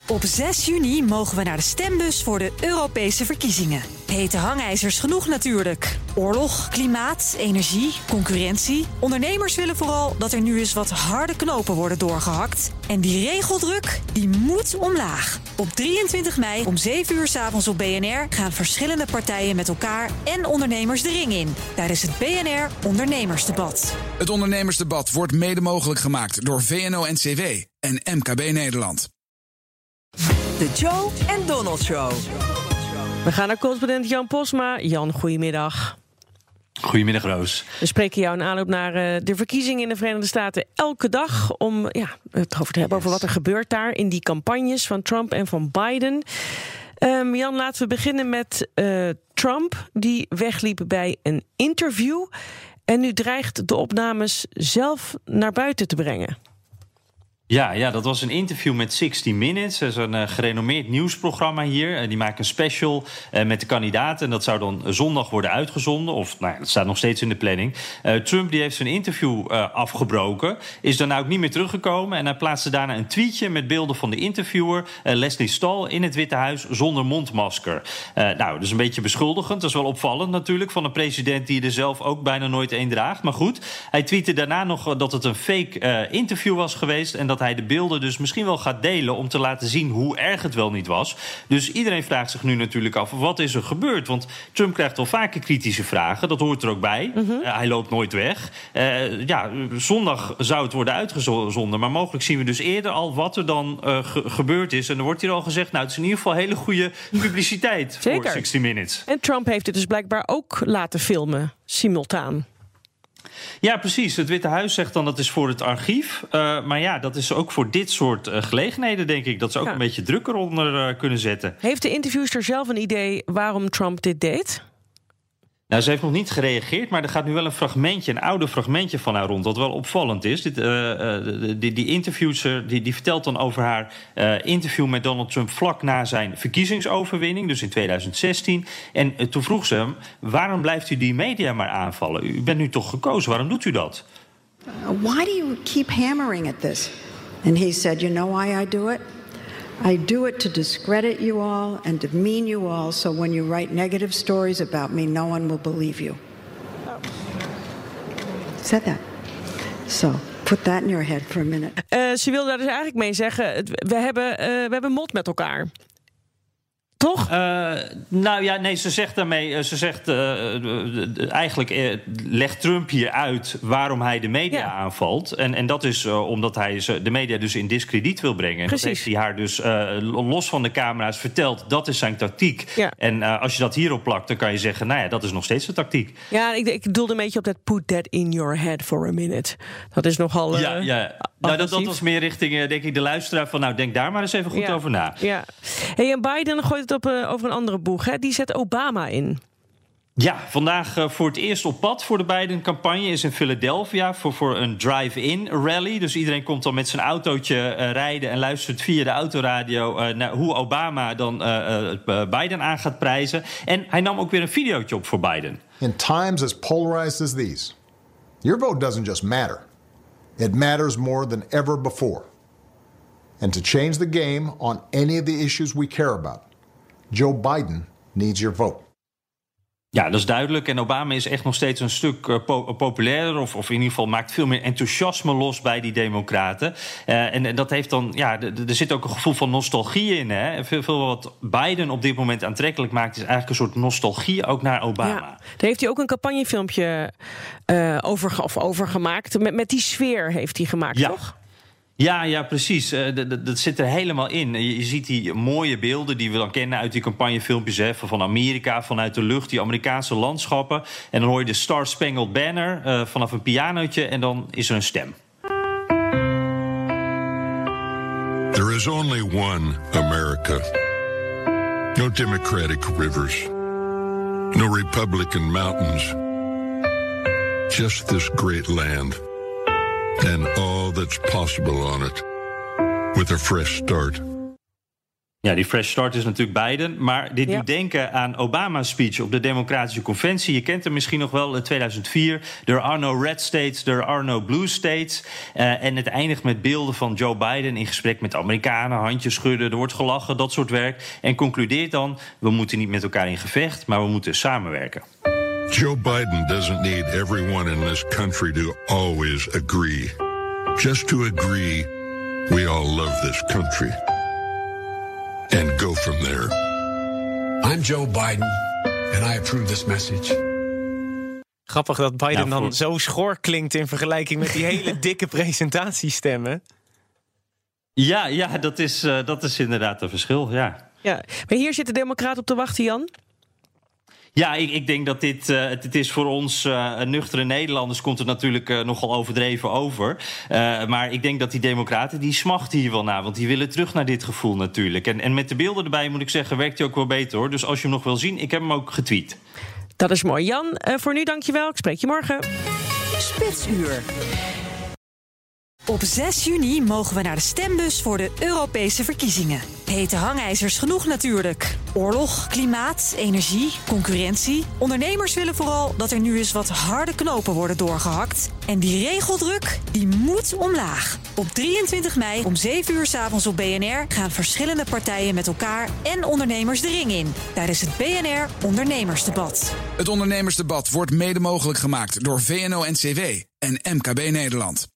Op 6 juni mogen we naar de stembus voor de Europese verkiezingen. Hete hangijzers genoeg natuurlijk. Oorlog, klimaat, energie, concurrentie. Ondernemers willen vooral dat er nu eens wat harde knopen worden doorgehakt. En die regeldruk, die moet omlaag. Op 23 mei om 7 uur 's avonds op BNR gaan verschillende partijen met elkaar en ondernemers de ring in. Tijdens het BNR Ondernemersdebat. Het Ondernemersdebat wordt mede mogelijk gemaakt door VNO-NCW en MKB Nederland. De Joe en Donald Show. We gaan naar correspondent Jan Posma. Jan, goedemiddag. Goedemiddag, Roos. We spreken jou in aanloop naar de verkiezingen in de Verenigde Staten elke dag om het over te hebben over wat er gebeurt daar in die campagnes van Trump en van Biden. Jan, laten we beginnen met Trump, die wegliep bij een interview en nu dreigt de opnames zelf naar buiten te brengen. Ja, dat was een interview met 60 Minutes. Dat is een gerenommeerd nieuwsprogramma hier. Die maken een special met de kandidaten. En dat zou dan zondag worden uitgezonden. Of, dat staat nog steeds in de planning. Trump die heeft zijn interview afgebroken. Is daarna ook niet meer teruggekomen. En hij plaatste daarna een tweetje met beelden van de interviewer, Leslie Stahl, in het Witte Huis zonder mondmasker. Dat is een beetje beschuldigend. Dat is wel opvallend natuurlijk van een president die er zelf ook bijna nooit een draagt. Maar goed, hij tweette daarna nog dat het een fake interview was geweest. En dat hij de beelden dus misschien wel gaat delen om te laten zien hoe erg het wel niet was. Dus iedereen vraagt zich nu natuurlijk af, wat is er gebeurd? Want Trump krijgt wel vaker kritische vragen, dat hoort er ook bij. Hij loopt nooit weg. Zondag zou het worden uitgezonden, maar mogelijk zien we dus eerder al wat er dan gebeurd is. En er wordt hier al gezegd, het is in ieder geval hele goede publiciteit voor 60 Minutes. En Trump heeft het dus blijkbaar ook laten filmen, simultaan. Ja, precies. Het Witte Huis zegt dan dat is voor het archief. Maar dat is ook voor dit soort gelegenheden, denk ik. Dat ze ook een beetje druk eronder kunnen zetten. Heeft de interviewster zelf een idee waarom Trump dit deed? Ze heeft nog niet gereageerd, maar er gaat nu wel een oude fragmentje van haar rond, dat wel opvallend is. Die interviewster die vertelt dan over haar interview met Donald Trump vlak na zijn verkiezingsoverwinning, dus in 2016. En toen vroeg ze hem, waarom blijft u die media maar aanvallen? U bent nu toch gekozen, waarom doet u dat? Why do you keep hammering at this? And he said, you know why I do it? I do it to discredit you all and demean you all, so when you write negative stories about me, no one will believe you. Said that. So, put that in your head for a minute. Ze wil daar dus eigenlijk mee zeggen, we hebben mot met elkaar. Toch? Ze zegt daarmee, eigenlijk legt Trump hier uit waarom hij de media aanvalt. En dat is omdat hij de media dus in diskrediet wil brengen. En dat heeft hij haar dus los van de camera's verteld. Dat is zijn tactiek. Ja. En als je dat hierop plakt, dan kan je zeggen, dat is nog steeds de tactiek. Ja, ik doelde een beetje op dat put that in your head for a minute. Dat is nogal dat was meer richting, denk ik, de luisteraar van, denk daar maar eens even goed over na. Ja. Hey, en Biden gooit het over een andere boeg, hè? Die zet Obama in. Ja, vandaag voor het eerst op pad voor de Biden-campagne is in Philadelphia voor een drive-in rally. Dus iedereen komt dan met zijn autootje rijden en luistert via de autoradio naar hoe Obama dan Biden aan gaat prijzen. En hij nam ook weer een videootje op voor Biden. In times as polarized as these, your vote doesn't just matter. It matters more than ever before. And to change the game on any of the issues we care about, Joe Biden needs your vote. Ja, dat is duidelijk. En Obama is echt nog steeds een stuk populairder. Of in ieder geval maakt veel meer enthousiasme los bij die democraten. En dat heeft dan, er zit ook een gevoel van nostalgie in. Hè? Veel wat Biden op dit moment aantrekkelijk maakt, is eigenlijk een soort nostalgie ook naar Obama. Ja, daar heeft hij ook een campagnefilmpje over gemaakt. Met die sfeer heeft hij gemaakt, toch? Ja, precies. Dat zit er helemaal in. Je ziet die mooie beelden die we dan kennen uit die campagnefilmpjes van Amerika, vanuit de lucht, die Amerikaanse landschappen. En dan hoor je de Star Spangled Banner vanaf een pianootje en dan is er een stem. There is only one America. No Democratic rivers. No Republican mountains. Just this great land. And all that's possible on it, with a fresh start. Ja, die fresh start is natuurlijk Biden. Maar dit doet denken aan Obama's speech op de Democratische Conventie. Je kent hem misschien nog wel, 2004. There are no red states, there are no blue states. En het eindigt met beelden van Joe Biden in gesprek met Amerikanen. Handjes schudden, er wordt gelachen, dat soort werk. En concludeert dan, we moeten niet met elkaar in gevecht, maar we moeten samenwerken. Joe Biden doesn't need everyone in this country to always agree. Just to agree, we all love this country. And go from there. I'm Joe Biden, and I approve this message. Grappig dat Biden dan zo schor klinkt in vergelijking met die hele dikke presentatiestemmen. Ja, dat is inderdaad een verschil, ja. Maar hier zit de Democraat op te wachten, Jan? Ja, ik denk dat dit is voor ons nuchtere Nederlanders komt het natuurlijk nogal overdreven over. Maar ik denk dat die democraten, die smachten hier wel naar. Want die willen terug naar dit gevoel natuurlijk. En met de beelden erbij, moet ik zeggen, werkt hij ook wel beter, hoor. Dus als je hem nog wil zien, ik heb hem ook getweet. Dat is mooi. Jan, voor nu dankjewel. Ik spreek je morgen. Spitsuur. Op 6 juni mogen we naar de stembus voor de Europese verkiezingen. Hete hangijzers genoeg natuurlijk. Oorlog, klimaat, energie, concurrentie. Ondernemers willen vooral dat er nu eens wat harde knopen worden doorgehakt. En die regeldruk, die moet omlaag. Op 23 mei om 7 uur 's avonds op BNR gaan verschillende partijen met elkaar en ondernemers de ring in. Tijdens het BNR Ondernemersdebat. Het Ondernemersdebat wordt mede mogelijk gemaakt door VNO-NCW en MKB Nederland.